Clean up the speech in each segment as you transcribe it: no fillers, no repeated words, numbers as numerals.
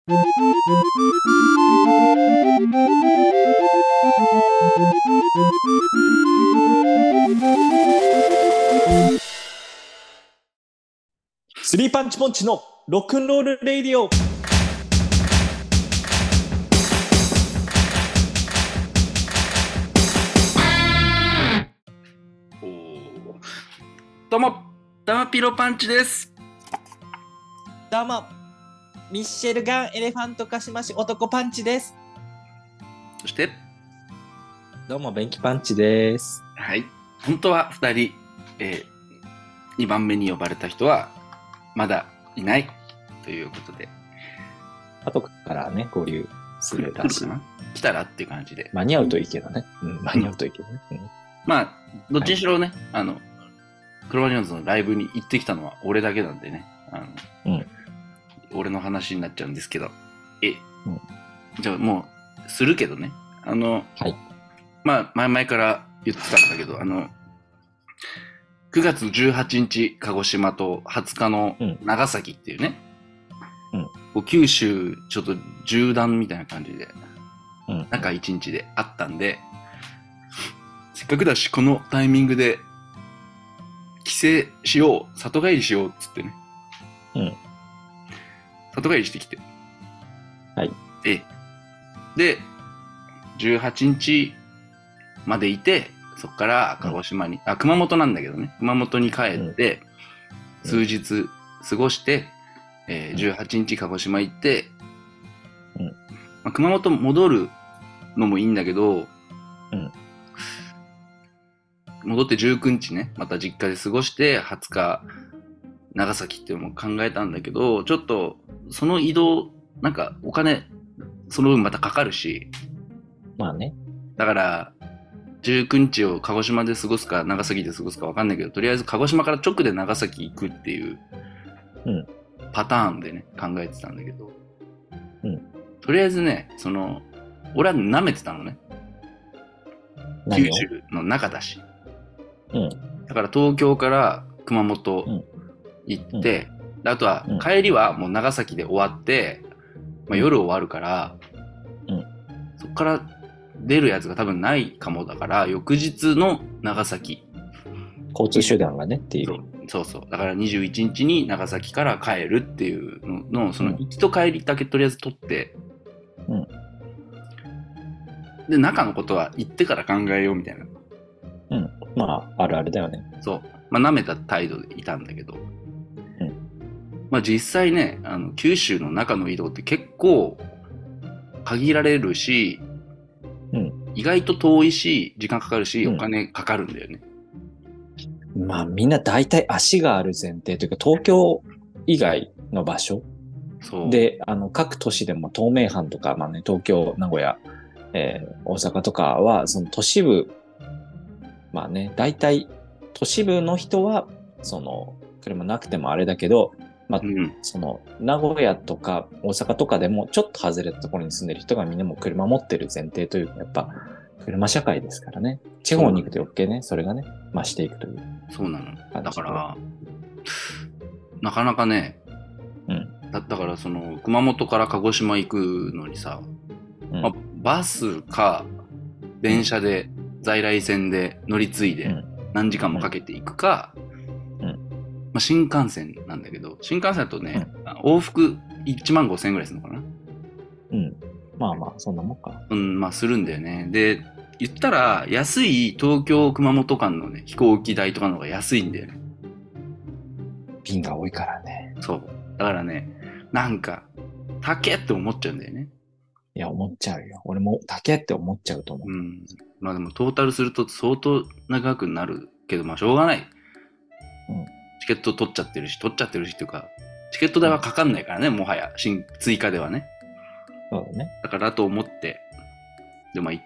スリーパンチポンチのロックンロールレイディオ。 どうも、ダマピロパンチです。 どうも、ミッシェルガンエレファントカシマシ男パンチです。 そしてどうも、ベンキパンチです。 はい、本当は2人、2番目に呼ばれた人はまだいないということで、 後からね、合流するらしい。 来たらっていう感じで。 間に合うといいけどね。間に合うといいけどね。 まあ、どっちにしろね、クロマニヨンズのライブに行ってきたのは俺だけなんでね、俺の話になっちゃうんですけど、じゃあもう、するけどね、 はい。 まあ、前から言ってたんだけど、9月18日、鹿児島と20日の長崎っていうね、九州ちょっと縦断みたいな感じで、中1日であったんで、せっかくだし、このタイミングで、帰省しよう、里帰りしようっつってね。里帰りしてきて。 はい。 で、18日までいて、そっから鹿児島に、熊本なんだけどね、熊本に帰って、数日過ごして、18日鹿児島行って、熊本戻るのもいいんだけど、戻って19日ね、また実家で過ごして20日長崎っていうのも考えたんだけど、ちょっとその移動なんかお金その分またかかるし、 まあね。だから19日を鹿児島で過ごすか長崎で過ごすか分かんないけど、とりあえず鹿児島から直で長崎行くっていうパターンでね考えてたんだけど、とりあえずね、俺は舐めてたのね。九州の中だし。だから東京から熊本行って、あとは帰りはもう長崎で終わって、夜終わるから、そっから出るやつが多分ないかもだから、翌日の長崎。 交通手段がねっていう。 そう。だから21日に長崎から帰るっていうのを、その行きと帰りだけとりあえず取って、で、中のことは行ってから考えようみたいな。 まあ、あるあるだよね。 そう。舐めた態度でいたんだけど。実際ね、九州の中の移動って結構限られるし、意外と遠いし、時間かかるし、お金かかるんだよね。 まあ、みんな大体足がある前提というか、東京以外の場所で、各都市でも東名阪とか、まあね、東京、名古屋、大阪とかは、その都市部、まあね、大体都市部の人は、車なくてもあれだけど、まあ、名古屋とか大阪とかでもちょっと外れたところに住んでる人がみんなも車持ってる前提というか、やっぱ車社会ですからね。地方に行くと余計ね、それがね、増していくという。 そうなの。だから、なかなかね、だから熊本から鹿児島行くのにさ、バスか電車で、在来線で乗り継いで何時間もかけていくか、新幹線なんだけど、新幹線だとね、往復1万5千円ぐらいするのかな。 まあまあ、そんなもんか。 まあするんだよね。で、言ったら、安い東京熊本間のね、飛行機代とかの方が安いんだよね。 便が多いからね。 そう。だからね、なんか、高えって思っちゃうんだよね。 いや、思っちゃうよ。俺も高えって思っちゃうと思う。 まあでもトータルすると相当長くなるけど、まあしょうがない。チケット取っちゃってるしっていうか、チケット代はかかんないからね、もはや、追加ではね。 そうだね。 だからと思って、で、行って、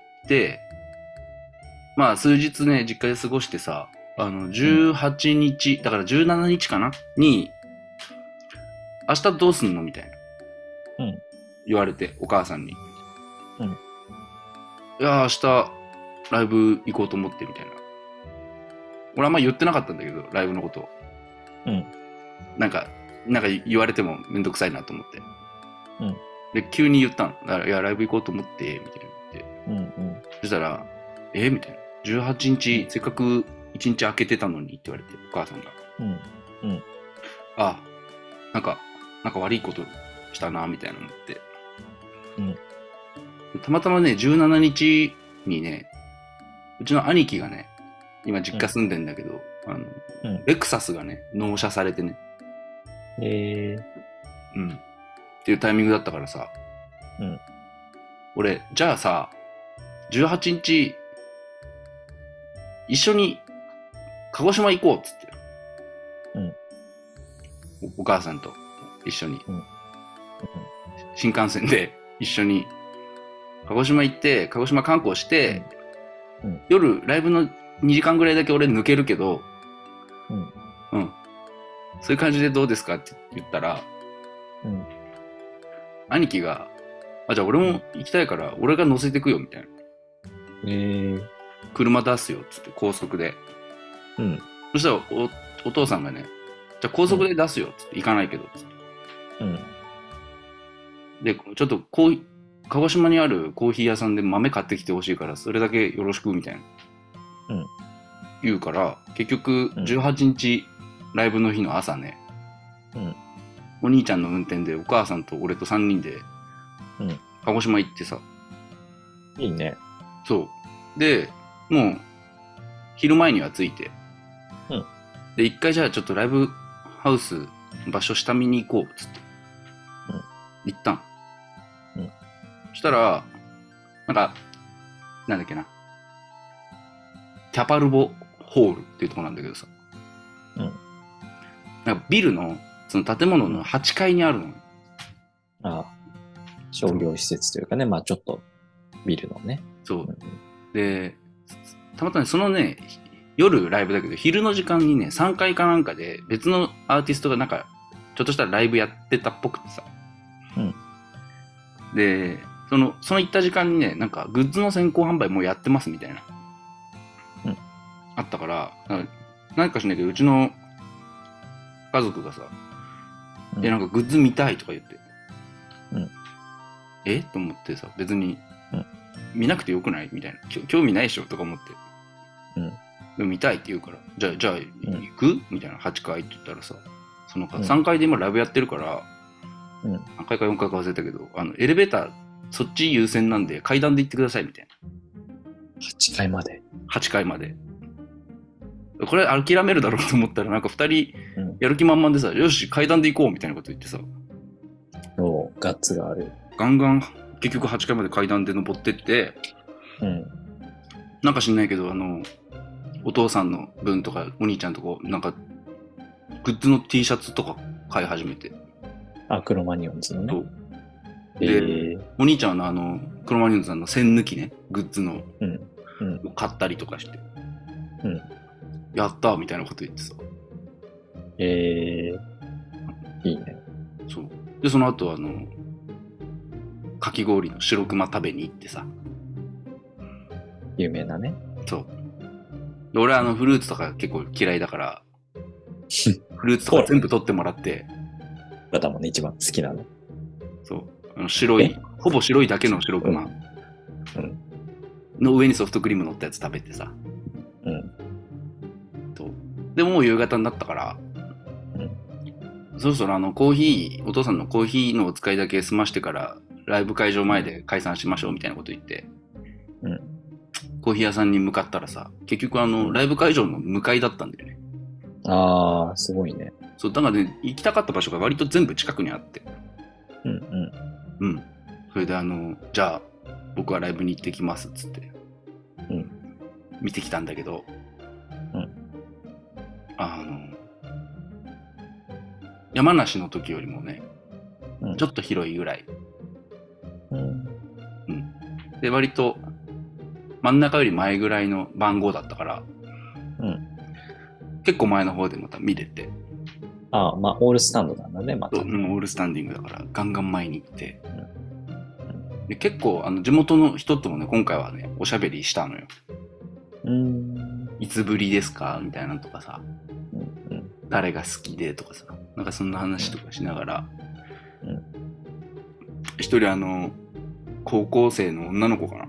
まあ数日ね、実家で過ごしてさ、18日、だから17日かなに、明日どうすんのみたいな。言われて、お母さんに。いや、明日、ライブ行こうと思ってみたいな。俺あんま言ってなかったんだけど、ライブのことを。なんか言われてもめんどくさいなと思って。 で、急に言ったの。だから、いや、ライブ行こうと思って、みたいな言って。 うんうん。 そしたら、みたいな。18日、せっかく1日空けてたのにって言われて、お母さんが。 うん。うん。 あ、なんか悪いことしたな、みたいな思って。 うん。 たまたまね、17日にね、うちの兄貴がね、今実家住んでんだけど、レクサスがね、納車されてね。うん。っていうタイミングだったからさ、俺、じゃあさ、18日、一緒に鹿児島行こうっつって。お母さんと一緒に。新幹線で一緒に鹿児島行って、鹿児島観光して、夜ライブの2時間ぐらいだけ俺抜けるけど、そういう感じでどうですかって言ったら、兄貴が、じゃあ俺も行きたいから俺が乗せてくよみたいな。車出すよっつって高速で。そしたら お父さんがね、じゃあ高速で出すよっつって行かないけどっつって。で、ちょっと鹿児島にあるコーヒー屋さんで豆買ってきてほしいからそれだけよろしくみたいな。言うから、結局18日ライブの日の朝ね、お兄ちゃんの運転でお母さんと俺と3人で鹿児島行ってさ。 いいね。 そう。で、もう昼前には着いて、で、一回じゃあちょっとライブハウス場所下見に行こうっつって、行ったん。そしたら、なんだっけな、キャパルボホールっていうとこなんだけどさ、なんかビルのその建物の8階にあるの。 商業施設というかね、まあちょっとビルのね。 そう。で、たまたまそのね、夜ライブだけど、昼の時間にね、3階かなんかで別のアーティストがなんか、ちょっとしたライブやってたっぽくてさ。で、その行った時間にね、なんかグッズの先行販売もうやってますみたいな。あったから、何かしないけど、うちの家族がさ、なんかグッズ見たいとか言って。と思ってさ、別に、見なくてよくないみたいな。興味ないでしょとか思って。でも見たいって言うから、じゃあ行くみたいな。8階って言ったらさ、その3階で今ライブやってるから、何階か4階か忘れたけど、エレベーター、そっち優先なんで階段で行ってくださいみたいな。 8階まで。 8階まで。これ諦めるだろうと思ったら、なんか2人やる気満々でさ、よし階段で行こうみたいなこと言ってさ。 ガッツがある。 ガンガン結局8階まで階段で登ってって、なんか知んないけど、お父さんの分とかお兄ちゃんとこなんかグッズの T シャツとか買い始めて。 クロマニオンズのね。 で、お兄ちゃんはクロマニオンズさんの栓抜きね、グッズの、買ったりとかして、やったーみたいなこと言ってさ。 いいね。 そう。で、その後かき氷の白熊食べに行ってさ。 有名なね。 そう。で俺フルーツとか結構嫌いだから、フルーツとか全部取ってもらって。 だもんね、一番好きなの。 そう。白い、ほぼ白いだけの白熊。の上にソフトクリーム乗ったやつ食べてさ。でももう夕方になったから、そろそろコーヒー、お父さんのコーヒーのお使いだけ済ましてから、ライブ会場前で解散しましょうみたいなこと言って、コーヒー屋さんに向かったらさ、結局ライブ会場の向かいだったんだよね。 すごいね。 そう、だからね、行きたかった場所が割と全部近くにあって。それでじゃあ、僕はライブに行ってきますっつって、見てきたんだけど、山梨の時よりもね、ちょっと広いぐらい。で、割と真ん中より前ぐらいの番号だったから、結構前の方でまた見れて。 まあ、オールスタンドなんだね、また。 オールスタンディングだから、ガンガン前に行って。で結構、地元の人ともね、今回はね、おしゃべりしたのよ。いつぶりですかみたいなのとかさ、誰が好きでとかさ、なんかそんな話とかしながら、 一人高校生の女の子かな。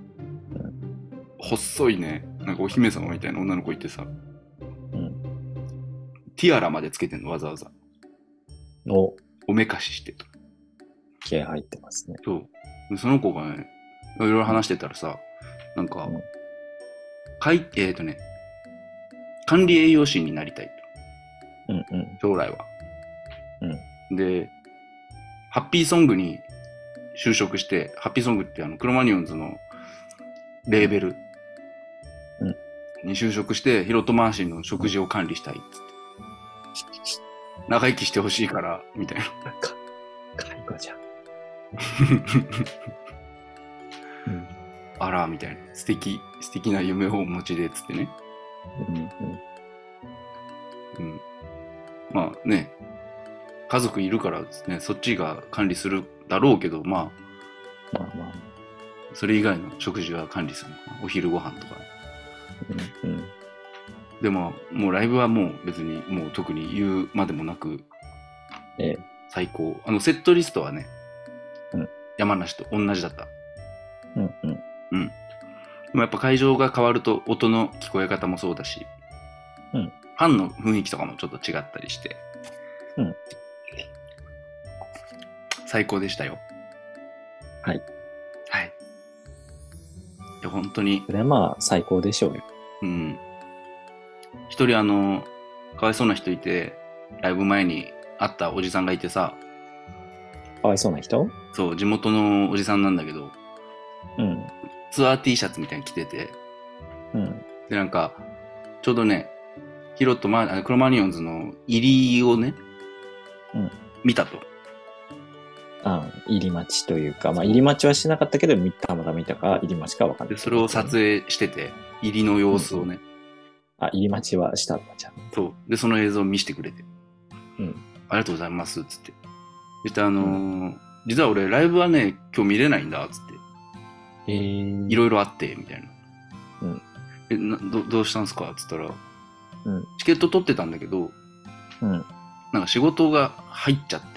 細いね、なんかお姫様みたいな女の子いてさ、ティアラまでつけてんの、わざわざ。おめかししてと。 気合入ってますね。 そう。その子がね、いろいろ話してたらさ、なんか、管理栄養士になりたいと。将来は。で、ハッピーソングに就職して、ハッピーソングってクロマニヨンズのレーベルに就職して、ヒロトマーシンの食事を管理したいっつって。長生きしてほしいから、みたいな。 介護じゃん。 あら、みたいな。素敵な夢をお持ちで、つってね。まあね、家族いるからね、そっちが管理するだろうけど、まあ、それ以外の食事は管理するのかな。お昼ご飯とか。でも、もうライブはもう別に、もう特に言うまでもなく、最高。セットリストはね、山梨と同じだった。でもやっぱ会場が変わると音の聞こえ方もそうだし、ファンの雰囲気とかもちょっと違ったりして、最高でしたよ。 はい。 はい。いや、本当に。 それはまあ、最高でしょうよ。 一人かわいそうな人いて、ライブ前に会ったおじさんがいてさ。 かわいそうな人？ そう、地元のおじさんなんだけど、ツアー T シャツみたいに着てて、で、なんか、ちょうどね、クロマニヨンズの入りをね、見たと。 入り待ちというか、まあ入り待ちはしなかったけど、たまたま見たか入り待ちか分かんない。 で、それを撮影してて、入りの様子をね。 入り待ちはしたんだ、じゃん。 そう。で、その映像を見せてくれて。ありがとうございます、つって。そして実は俺、ライブはね、今日見れないんだ、つって。いろいろあって、みたいな。どうしたんすかつったら、チケット取ってたんだけど、なんか仕事が入っちゃって、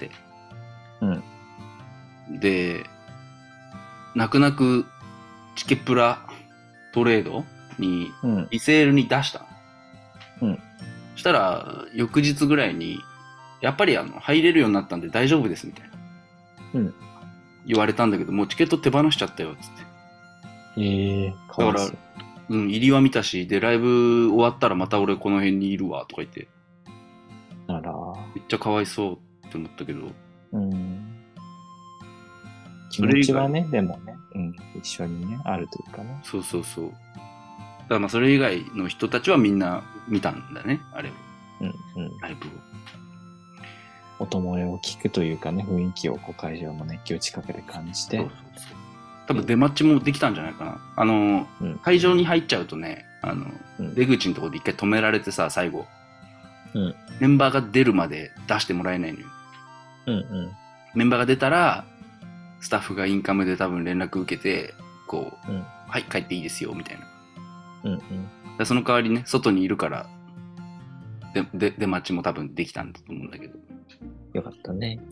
で、泣く泣くチケプラトレードに、リセールに出した。そしたら、翌日ぐらいに、やっぱり入れるようになったんで大丈夫です、みたいな。言われたんだけど、もうチケット手放しちゃったよ、つって。 かわいそう。 だから、入りは見たし、で、ライブ終わったらまた俺この辺にいるわ、とか言って。 あら。 めっちゃかわいそうって思ったけど。 気持ちはね、でもね、一緒にね、あるというかね。 そうそうそう。だからまあそれ以外の人たちはみんな見たんだね、あれを。ライブを。 音漏れを聞くというかね、雰囲気を会場の熱気を近くで感じて。そう。 多分出待ちもできたんじゃないかな。会場に入っちゃうとね、出口のところで一回止められてさ、最後。メンバーが出るまで出してもらえないのよ。メンバーが出たら、スタッフがインカムで多分連絡受けて、はい、帰っていいですよ、みたいな。その代わりね、外にいるから、出待ちも多分できたんだと思うんだけど。 よかったね。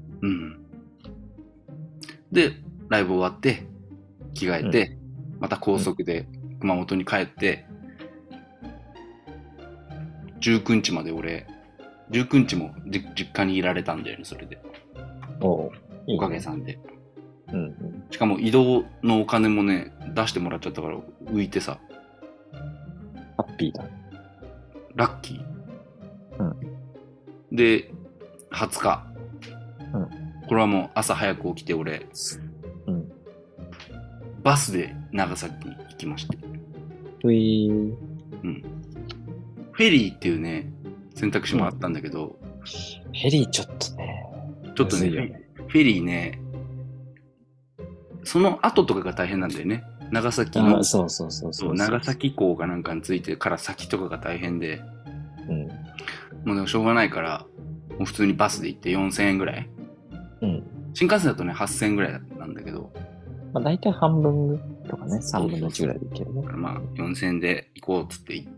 で、ライブ終わって、着替えて、また高速で熊本に帰って、19日まで俺、19日も実家にいられたんだよね、それで。おかげさんで。しかも移動のお金もね、出してもらっちゃったから浮いてさ。 ハッピーだ。 ラッキー。で、20日。これはもう朝早く起きて俺、バスで長崎に行きまして。フェリーっていうね、選択肢もあったんだけど。 フェリーちょっとね。 フェリーね、その後とかが大変なんだよね。長崎の。長崎港がなんかについてから先とかが大変で。もうでもしょうがないから、もう普通にバスで行って4000円ぐらい。新幹線だとね、8000円ぐらいなんだけど。 まあ大体半分とかね、3分の1ぐらいで行けるね。 まあ4000円で行こうっつって行って、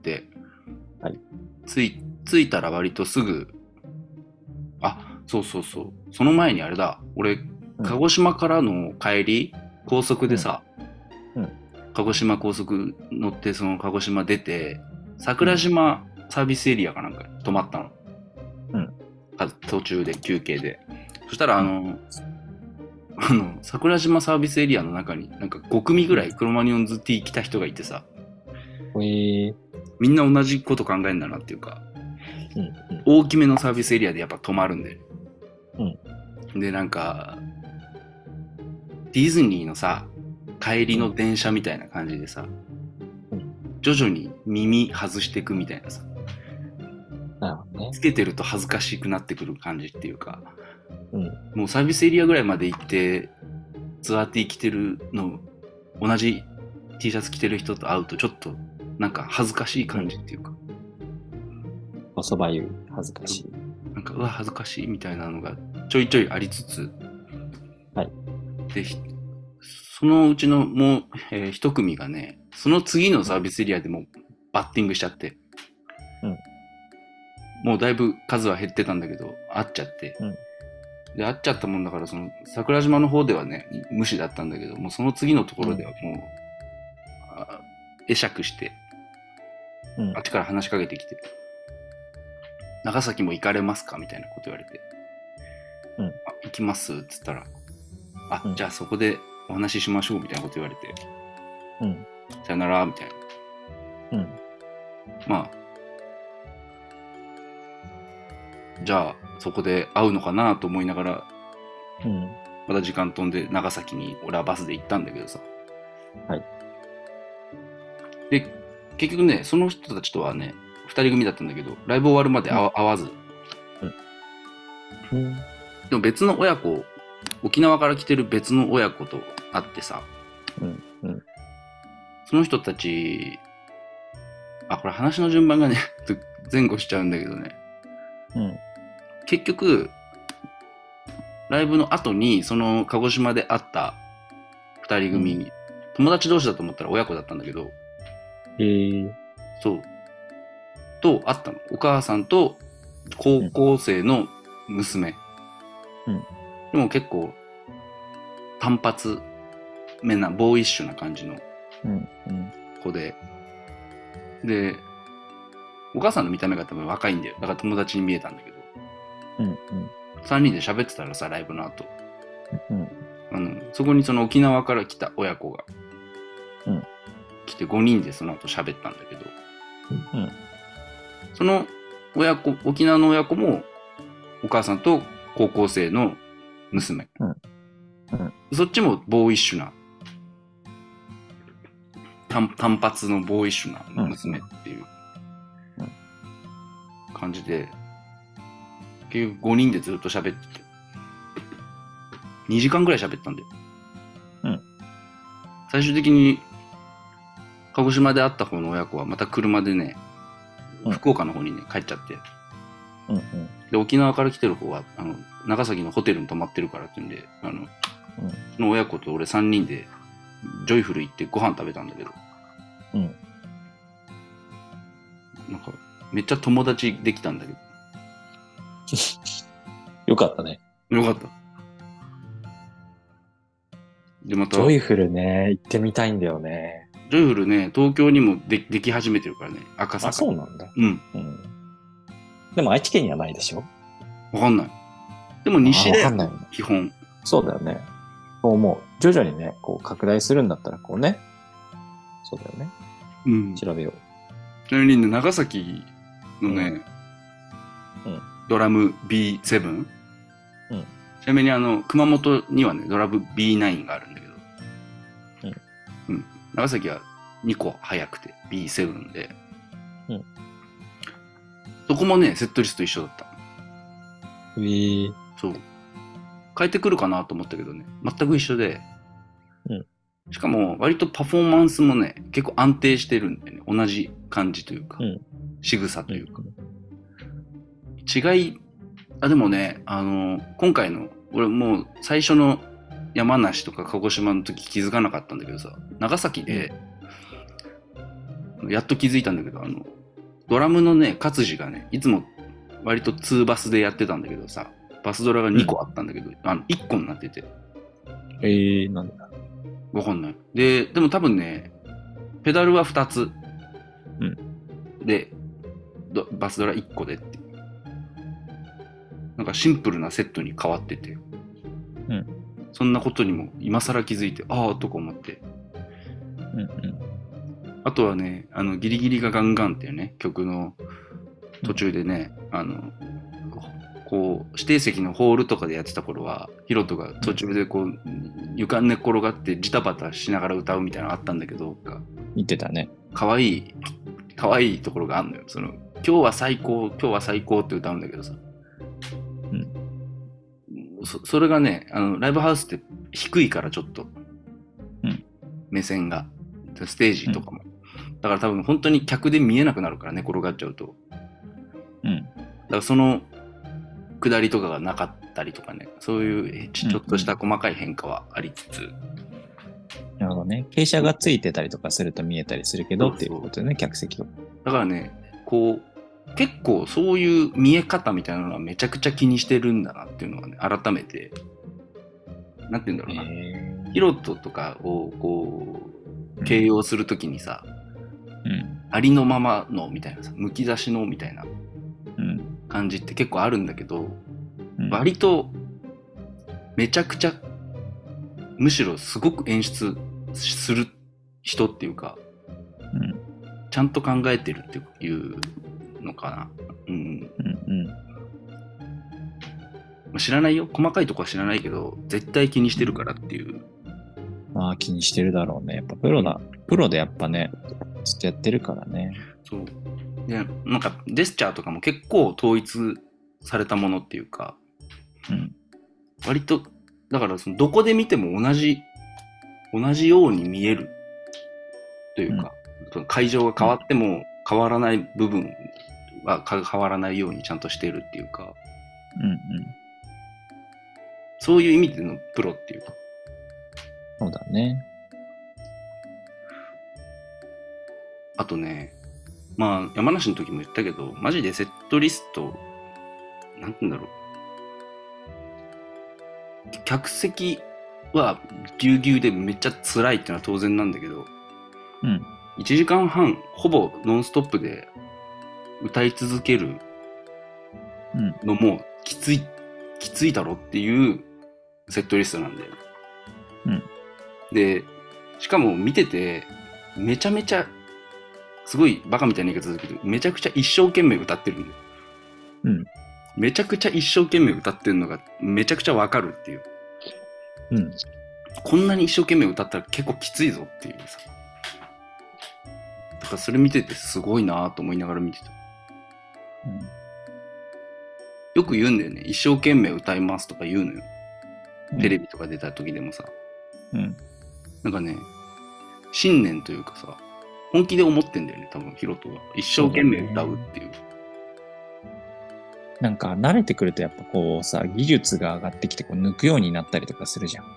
着いたら割とすぐ、そう。その前にあれだ、俺、 鹿児島からの帰り、高速でさ、鹿児島高速乗って、その鹿児島出て、桜島サービスエリアかなんか止まったの。途中で休憩で。そしたら桜島サービスエリアの中になんか5組ぐらいクロマニオンズ T 来た人がいてさ、みんな同じこと考えるんだなっていうか、大きめのサービスエリアでやっぱ止まるんで、でなんかディズニーのさ帰りの電車みたいな感じでさ、徐々に耳外していくみたいなさ、つけてると恥ずかしくなってくる感じっていうか、もうサービスエリアぐらいまで行ってツアー T 着てるの同じ T シャツ着てる人と会うとちょっとなんか恥ずかしい感じっていうか、 おそばゆい恥ずかしい、 なんかうわ恥ずかしいみたいなのがちょいちょいありつつ、でそのうちのもう、一組がね、その次のサービスエリアでもバッティングしちゃって、もうだいぶ数は減ってたんだけど会っちゃって、で会っちゃったもんだから、その桜島の方ではね無視だったんだけど、もうその次のところではもう、会釈して、あっちから話しかけてきて、長崎も行かれますかみたいなこと言われて、行きますっつったら、じゃあそこでお話ししましょうみたいなこと言われて、さよならみたいな、まあじゃあそこで会うのかなと思いながら、また時間飛んで長崎に俺はバスで行ったんだけどさ、で結局ねその人たちとはね2人組だったんだけど、ライブ終わるまで会わず、でも別の親子、沖縄から来てる別の親子と会ってさ、その人たち、これ話の順番がね前後しちゃうんだけどね、結局ライブの後にその鹿児島で会った2人組、友達同士だと思ったら親子だったんだけど、そうと会ったの。お母さんと高校生の娘、でも結構単発めなボーイッシュな感じの子で、でお母さんの見た目が多分若いんだよ。だから友達に見えたんだけど、3人で喋ってたらさ、ライブの後、そこにその沖縄から来た親子が来て5人でその後喋ったんだけど、その親子、沖縄の親子もお母さんと高校生の娘、そっちもボーイッシュな単発のボーイッシュな娘っていう感じで、結局5人でずっと喋ってて2時間ぐらい喋ったんで、最終的に鹿児島で会った方の親子はまた車でね、福岡の方にね帰っちゃって、で沖縄から来てる方は長崎のホテルに泊まってるからっていうんで、その親子と俺3人でジョイフル行ってご飯食べたんだけど、なんかめっちゃ友達できたんだけどよかったね。 よかった。でまたジョイフルね、行ってみたいんだよね。 ジョイフルね、東京にもでき始めてるからね、赤坂。 そうなんだ。でも愛知県にはないでしょ？ わかんない。でも西で基本。 そうだよね。もう徐々にね、こう拡大するんだったらこうね。そうだよね。調べよう。 ちなみにね、長崎のね、ドラム B7、ちなみに熊本にはねドラム B9 があるんだけど、長崎は2個早くて B7 で、そこもねセットリスト一緒だった。そう変えてくるかなと思ったけどね、全く一緒で、しかも割とパフォーマンスもね結構安定してるんだよね。同じ感じというか、仕草というか、違い、でもね、今回の俺もう最初の山梨とか鹿児島の時気づかなかったんだけどさ、長崎でやっと気づいたんだけど、ドラムのね活字がねいつも割と2バスでやってたんだけどさ、バスドラが2個あったんだけど、1個になってて、 なんだ。 わかんない。でも多分ね、ペダルは2つ。 うん。 で、バスドラ1個でっていう。なんかシンプルなセットに変わってて。 うん。 そんなことにも今更気づいて、ああ、とか思って。 うんうん。 あとはね、ギリギリがガンガンっていうね、曲の途中でね、こう、指定席のホールとかでやってた頃は、ヒロトが途中でこう、床に寝っ転がってジタバタしながら歌うみたいなのあったんだけど、 言ってたね。 かわいいところがあるのよ。今日は最高って歌うんだけどさ。 うん。 それがね、ライブハウスって低いからちょっと、 うん。 目線が、ステージとかも。だから多分本当に客で見えなくなるからね、転がっちゃうと。 うん。 だからその下りとかがなかったりとかね、そういうちょっとした細かい変化はありつつ。 なるほどね。傾斜がついてたりとかすると見えたりするけどっていうことでね、客席を。 だからね、こう、結構そういう見え方みたいなのはめちゃくちゃ気にしてるんだなっていうのがね、改めて、なんて言うんだろうな。ヒロトとかをこう、形容するときにさ、ありのままのみたいなさ、むき出しのみたいな感じって結構あるんだけど、割とめちゃくちゃむしろすごく演出する人っていうか、ちゃんと考えてるっていうのかな。知らないよ、細かいとこは知らないけど絶対気にしてるからっていう。 まあ気にしてるだろうね。やっぱプロでやっぱね、ずっとやってるからね。 そう。で、なんかジェスチャーとかも結構統一されたものっていうか、割とだからどこで見ても同じように見えるというか、会場が変わっても変わらない部分は変わらないようにちゃんとしてるっていうか、そういう意味でのプロっていうか。 そうだね。 あとね、まあ山梨の時も言ったけど、マジでセットリスト、なんて言うんだろう。客席はぎゅうぎゅうでめっちゃ辛いっていうのは当然なんだけど、1時間半ほぼノンストップで歌い続けるのもきついだろっていうセットリストなんだよ。で、しかも見ててめちゃめちゃすごいバカみたいな言い方するけど、めちゃくちゃ一生懸命歌ってるんだよ。めちゃくちゃ一生懸命歌ってるのがめちゃくちゃわかるっていう。こんなに一生懸命歌ったら結構きついぞっていうさ。だからそれ見ててすごいなと思いながら見てた。よく言うんだよね。一生懸命歌いますとか言うのよ。テレビとか出た時でもさ。なんかね、信念というかさ、本気で思ってんだよね、多分ヒロトは。一生懸命歌うっていう。 なんか慣れてくるとやっぱこうさ、技術が上がってきてこう抜くようになったりとかするじゃん。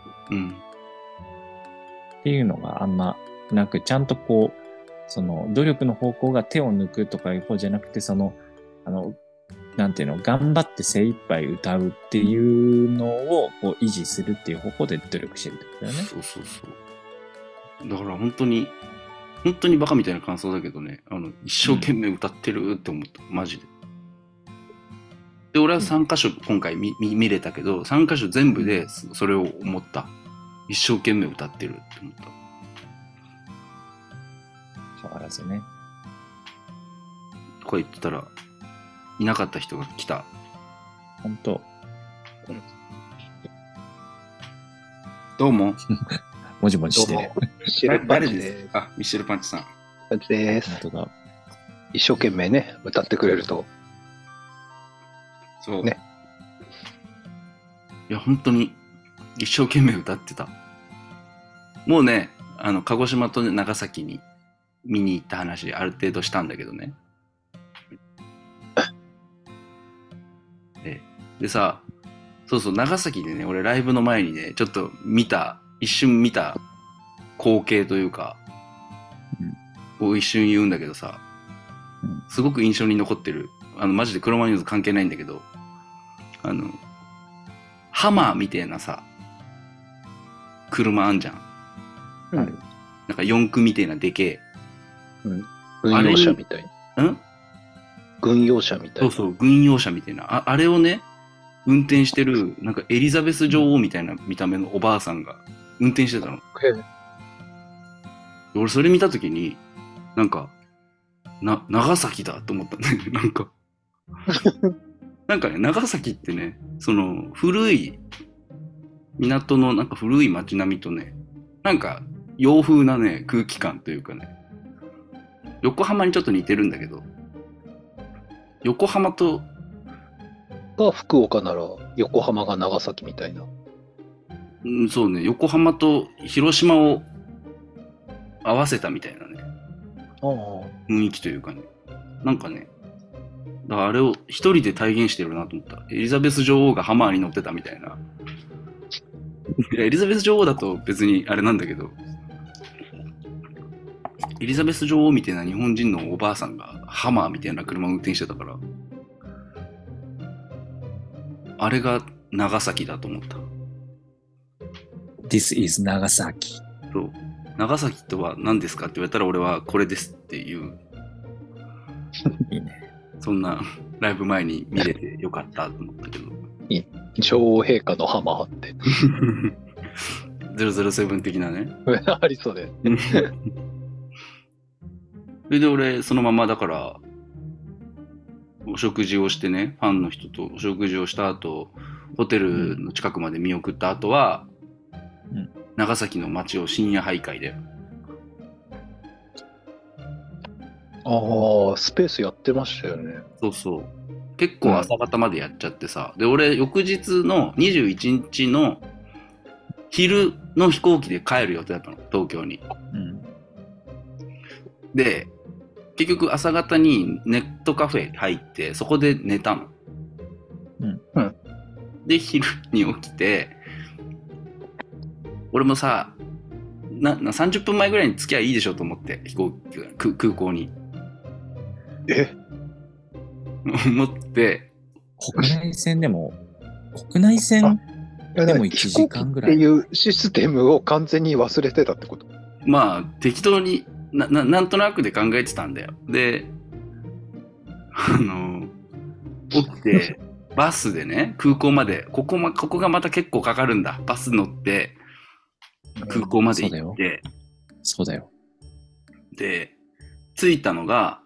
っていうのがあんまなく、ちゃんとこう、その努力の方向が手を抜くとかいう方じゃなくて、なんていうの、頑張って精一杯歌うっていうのをこう維持するっていう方向で努力してるってことだよね。 そう。だから本当にバカみたいな感想だけどね、一生懸命歌ってるって思った、マジで。で、俺は3箇所今回見れたけど、3箇所全部でそれを思った。一生懸命歌ってるって思った。 変わらずね。 とか言ってたら、いなかった人が来た。 本当。 どうも。 もじもじしてる。 ミッシェルパンチです。 あ、ミッシェルパンチさん。 パンチです。 本当だ。 一生懸命ね、歌ってくれると。 そう。ね。いや、本当に一生懸命歌ってた。もうね、鹿児島と長崎に見に行った話、ある程度したんだけどね。でさ、そう、長崎でね、俺ライブの前にね、ちょっと一瞬見た光景というか、を一瞬言うんだけどさ、すごく印象に残ってる。マジでクロマニューズ関係ないんだけど、ハマーみたいなさ、 車あんじゃん。 うん。 なんか四駆みたいなでけえ。 軍用車みたいな。 ん軍用車みたいな。 そうそう、軍用車みたいな。あれをね、運転してる、なんかエリザベス女王みたいな見た目のおばあさんが運転してたの。俺それ見たときに、なんか、長崎だと思ったね。なんかね、長崎ってね、その古い港のなんか古い街並みとね、なんか洋風なね、空気感というかね、横浜にちょっと似てるんだけど、横浜と、 が福岡なら横浜が長崎みたいな。 そうね、横浜と広島を合わせたみたいなね、雰囲気というかね、なんかね、だからあれを一人で体現してるなと思った。エリザベス女王がハマーに乗ってたみたいな。いやエリザベス女王だと別にあれなんだけど、エリザベス女王みたいな日本人のおばあさんがハマーみたいな車を運転してたから、あれが長崎だと思った。 This is 長崎。 そう。長崎とは何ですかって言われたら俺はこれですっていう。 いいね。 そんなライブ前に見れてよかったと思ったけど。 いい。女王陛下のハマーって。 007的なね。 ありそうで。 それで俺そのままだからお食事をしてね、ファンの人とお食事をした後、ホテルの近くまで見送った後は、長崎の街を深夜徘徊で。 ああ、スペースやってましたよね。 そうそう。結構朝方までやっちゃってさ。で、俺、翌日の21日の昼の飛行機で帰る予定だったの、東京に。で、結局朝方にネットカフェ入って、そこで寝たの。で、昼に起きて、俺もさ、30分前ぐらいに着きゃいいでしょと思って、空港に。思って、 国内線でも1時間ぐらい。 っていうシステムを完全に忘れてたってこと？ まあ、適当になんとなくで考えてたんだよ。で、起きて、バスでね、空港まで、ここがまた結構かかるんだ。バス乗って、空港まで行って、 そうだよ。 で、着いたのが、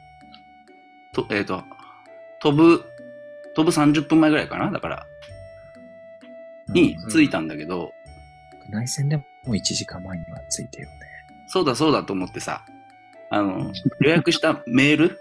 飛ぶ30分前ぐらいかなだから、に着いたんだけど、 国内線でも1時間前には着いてよね。 そうだと思ってさ、予約したメール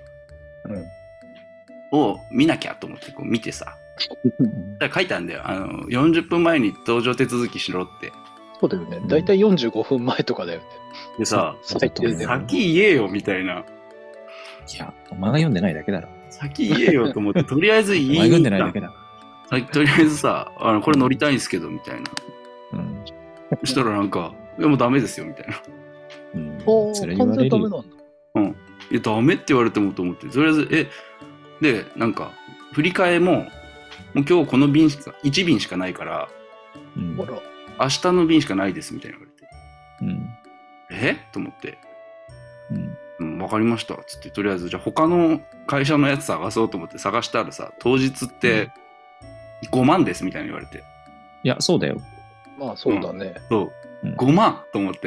を見なきゃと思ってこう見てさ、だから書いてあるんだよ。40分前に搭乗手続きしろって。 そうだよね。だいたい45分前とかだよね。 でさ、 最低でも先言えよみたいな。 いや、お前が読んでないだけだろ。 先言えよと思って、とりあえず言いに行った。 お前読んでないだけだ。 とりあえずさ、これ乗りたいんですけど、みたいな。そしたらなんか、いやもうダメですよ、みたいな。 それ言われるよ。 完全ダメなんだ。 いや、ダメって言われてもと思って、とりあえず、で、なんか、振り替えもう今日この便しか、1便しかないから、明日の便しかないです、みたいな言われて。と思って。わかりました。つって、とりあえず、じゃあ他の会社のやつ探そうと思って探したらさ、当日って5万ですみたいに言われて。 いや、そうだよ。 まあ、そうだね。 そう。5万と思って。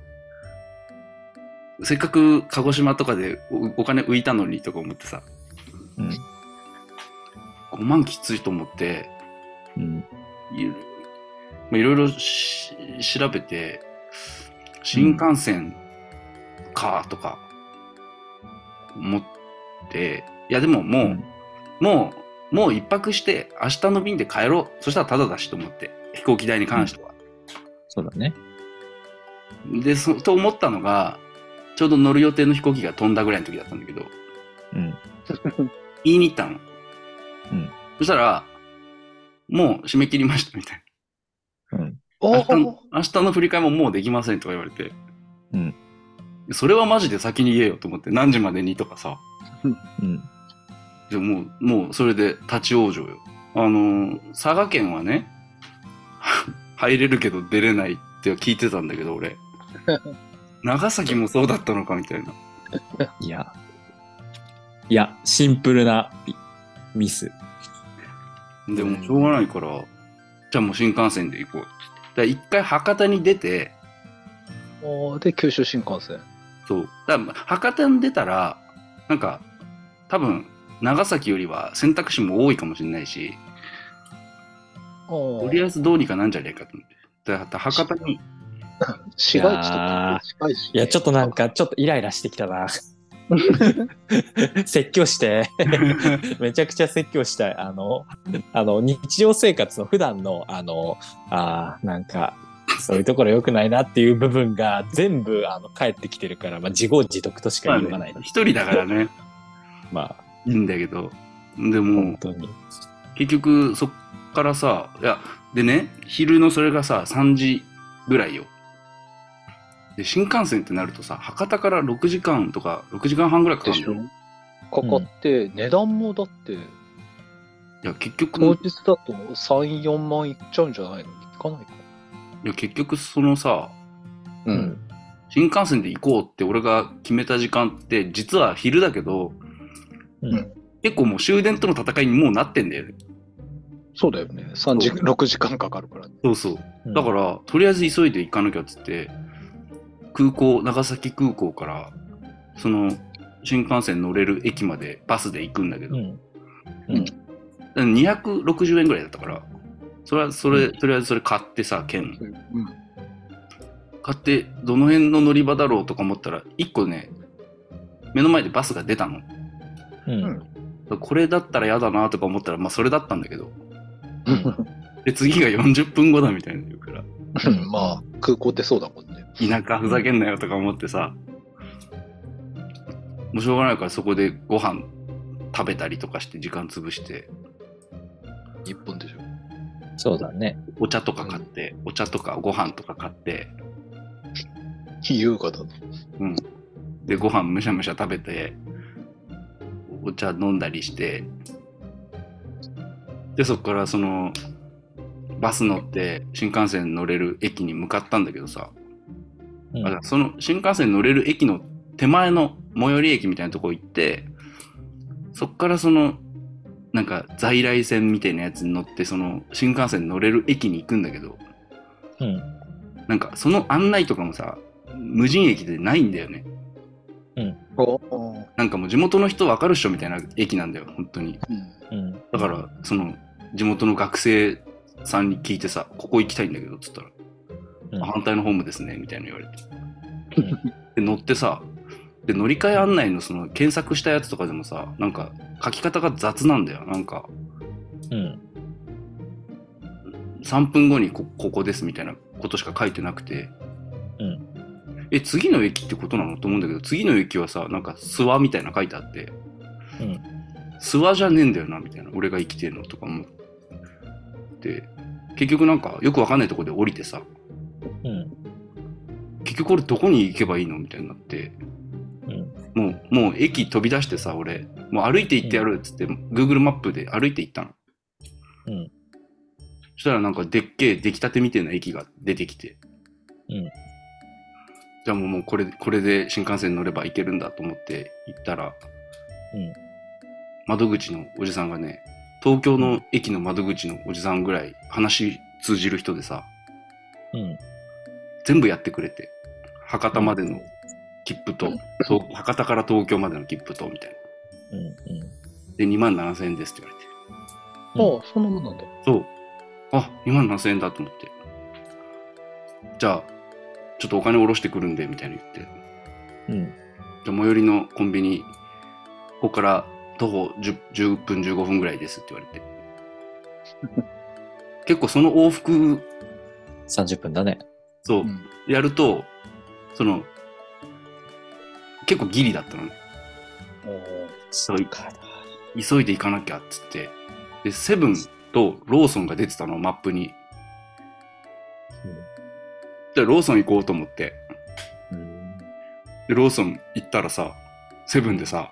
せっかく鹿児島とかでお金浮いたのにとか思ってさ。5万きついと思って、いろいろ調べて、新幹線かとか思って、いやでももう一泊して明日の便で帰ろう。そしたらタダだしと思って、飛行機代に関しては。 そうだね。 で、と思ったのが、ちょうど乗る予定の飛行機が飛んだぐらいの時だったんだけど、言いに行ったの。そしたら、もう締め切りましたみたいな。明日の振り替えももうできませんとか言われて、それはマジで先に言えよと思って、何時までにとかさ。でもうそれで立ち往生よ。佐賀県はね、 入れるけど出れないって聞いてたんだけど、俺。長崎もそうだったのかみたいな。 いや、シンプルなミス。 でもしょうがないから、じゃあもう新幹線で行こうって。だから一回博多に出て、 で、九州新幹線。 そう。だから博多に出たら、なんか、多分、長崎よりは選択肢も多いかもしれないし、とりあえずどうにかなんじゃねえかと思って。だから博多に。 市街地とか近いし、ね。 いや、ちょっとなんか、ちょっとイライラしてきたな。説教して、めちゃくちゃ説教したい。日常生活の普段の、なんか、そういうところ良くないなっていう部分が全部、返ってきてるから、まあ、自業自得としか言わない。 一人だからね。 まあ。 いいんだけど。でも、 本当に。 結局、そっからさ、でね、昼のそれがさ、3時ぐらいよ。で、新幹線ってなるとさ、博多から6時間とか、6時間半ぐらいかかるの。 かかって、値段もだって、いや、結局。 当日だと3、4万いっちゃうんじゃないの？いかないか。 いや、結局そのさ、 新幹線で行こうって俺が決めた時間って、実は昼だけど、結構もう終電との戦いにもうなってんだよね。 そうだよね。6時間かかるからね。 そうそう。だから、とりあえず急いで行かなきゃっつって、長崎空港から、その、新幹線乗れる駅までバスで行くんだけど、260円ぐらいだったから、とりあえずそれ買ってさ、券。買って、どの辺の乗り場だろうとか思ったら、1個ね、目の前でバスが出たの。これだったら嫌だなとか思ったら、まあそれだったんだけど。で、次が40分後だみたいな言うから。 まあ、空港ってそうだもんね。 田舎ふざけんなよとか思ってさ、もうしょうがないからそこでご飯食べたりとかして時間潰して。 日本でしょ。 そうだね。 お茶とか買って、お茶とかご飯とか買って、 優雅だね。 で、ご飯むしゃむしゃ食べて、お茶飲んだりして、で、そこからその、バス乗って新幹線乗れる駅に向かったんだけどさ、その新幹線乗れる駅の手前の最寄り駅みたいなとこ行って、そっからその、なんか在来線みたいなやつに乗って、その新幹線乗れる駅に行くんだけど、なんかその案内とかもさ、無人駅でないんだよね。なんかもう地元の人分かるっしょみたいな駅なんだよ、本当に。だから、その地元の学生さんに聞いてさ、ここ行きたいんだけどっつったら、反対のホームですねみたいな言われて、で乗ってさ、で乗り換え案内のその検索したやつとかでもさ、なんか書き方が雑なんだよ。なんか、3分後にここですみたいなことしか書いてなくて、次の駅ってことなのと思うんだけど、次の駅はさ、なんか諏訪みたいな書いてあって、諏訪じゃねえんだよなみたいな、俺が生きてんのとか思って、結局なんかよくわかんないとこで降りてさ、結局俺どこに行けばいいのみたいになって、もう駅飛び出してさ、俺もう歩いて行ってやるっつって、Google マップで歩いて行ったの。そしたらなんかでっけえ出来たてみたいな駅が出てきて、じゃあもうこれで新幹線乗れば行けるんだと思って行ったら、窓口のおじさんがね、東京の駅の窓口のおじさんぐらい話通じる人でさ、全部やってくれて、博多までの切符と、博多から東京までの切符とみたいな。で、27,000円ですって言われて。そんなもんなんだ。 そう。27,000円だと思って。じゃあ、ちょっとお金下ろしてくるんで、みたいな言って。じゃあ、最寄りのコンビニ、ここから徒歩 10分15分ぐらいですって言われて。結構その往復 30分だね。 そう。やると、その、結構ギリだったのね。そうか。急いで行かなきゃっつって。で、セブンとローソンが出てたの、マップに。じゃあローソン行こうと思って。で、ローソン行ったらさ、セブンでさ、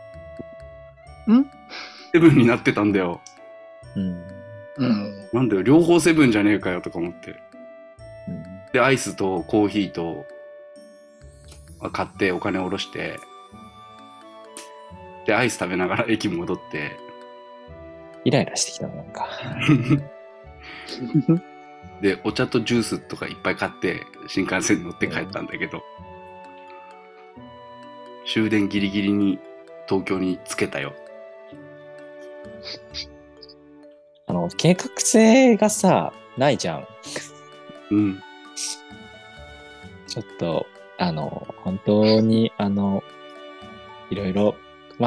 セブンになってたんだよ。なんだよ、両方セブンじゃねえかよとか思って。 で、アイスとコーヒーと買ってお金を下ろして、で、アイス食べながら駅戻って、 イライラしてきたのなんか。 で、お茶とジュースとかいっぱい買って新幹線に乗って帰ったんだけど、終電ギリギリに東京に着けたよ。 計画性がさ、ないじゃん。 うん。 ちょっと、本当に、いろいろ、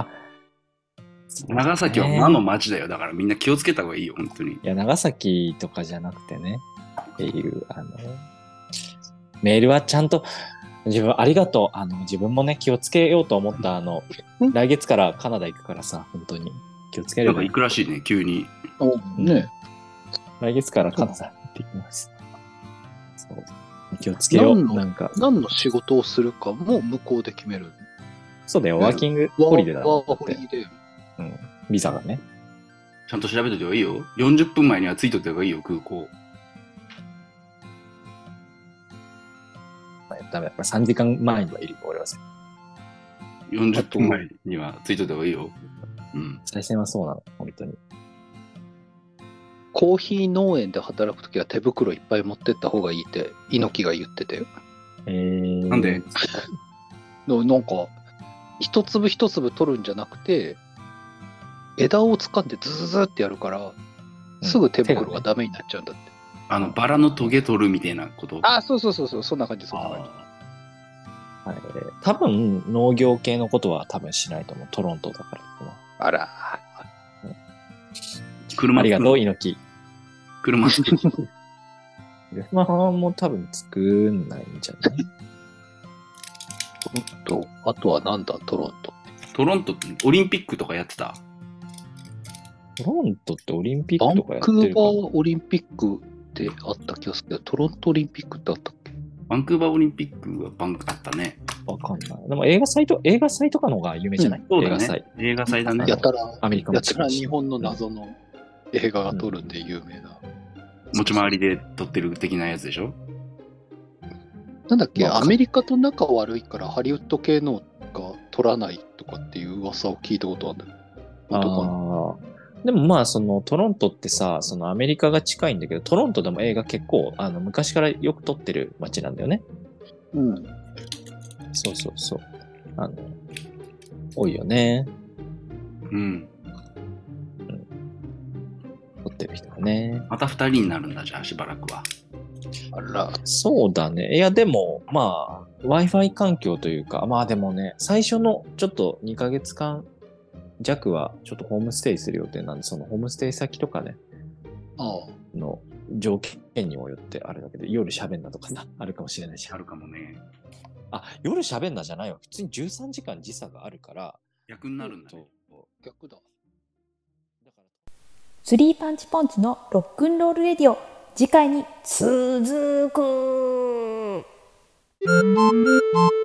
長崎は魔の街だよ。だからみんな気をつけた方がいいよ、本当に。いや、長崎とかじゃなくてね、っていう、メールはちゃんと、自分ありがとう。自分もね、気をつけようと思った、来月からカナダ行くからさ、本当に気をつける。 なんか行くらしいね、急に。 ね。 来月からカナダ行ってきます。そう。気をつけよう。 何の仕事をするかも向こうで決める。 そうだよ、ワーキングホリデーだもん。 ワーホリデー。 うん。ビザがね。 ちゃんと調べといた方がいいよ。40分前には着いといた方がいいよ、空港。 ダメだ。3時間前にはいるよ、俺は。 40分前には着いといた方がいいよ。うん。 最初はそうなの、本当に。 コーヒー農園で働くときは手袋いっぱい持ってった方がいいって猪木が言ってたよ。 なんでなんか一粒一粒取るんじゃなくて枝を掴んでズズズってやるから、すぐ手袋がダメになっちゃうんだって。 バラのトゲ取るみたいなこと。 そうそんな感じ、そんな感じ。 多分農業系のことは多分しないと思う。トロントだから。 あら。 ありがとう、猪木。 車も多分作んないんじゃないあとはなんだ、トロント。 トロントってオリンピックとかやってた？ トロントってオリンピックとかやってるか？ バンクーバーオリンピックってあった気がするけど、トロントオリンピックってあったっけ？ バンクーバーオリンピックはあったね。 わかんない。でも映画祭とかの方が有名じゃない？ そうだね。映画祭だね。 やたらアメリカもやたら日本の謎の映画が撮るんで有名な。 持ち回りで撮ってる的なやつでしょ？ なんだっけ、アメリカと仲悪いからハリウッド系のが撮らないとかっていう噂を聞いたことあるんだよ。 でもそのトロントってさ、そのアメリカが近いんだけど、トロントでも映画結構昔からよく撮ってる街なんだよね。 うん。 そう。多いよね。 うん。 撮ってる人がね。 また2人になるんだ、じゃあしばらくは。 あら。 そうだね。いや、でも、Wi-Fi 環境というか、でもね、最初のちょっと2ヶ月間弱はちょっとホームステイする予定なんで、そのホームステイ先とかね、の条件にもよってあれだけど、夜喋んなとかさ、あるかもしれないし。 あるかもね。 夜喋んなじゃないわ。普通に13時間時差があるから。 逆になるんだね。 逆だ。 スリーパンチポンチのロックンロールレディオ、次回に続く。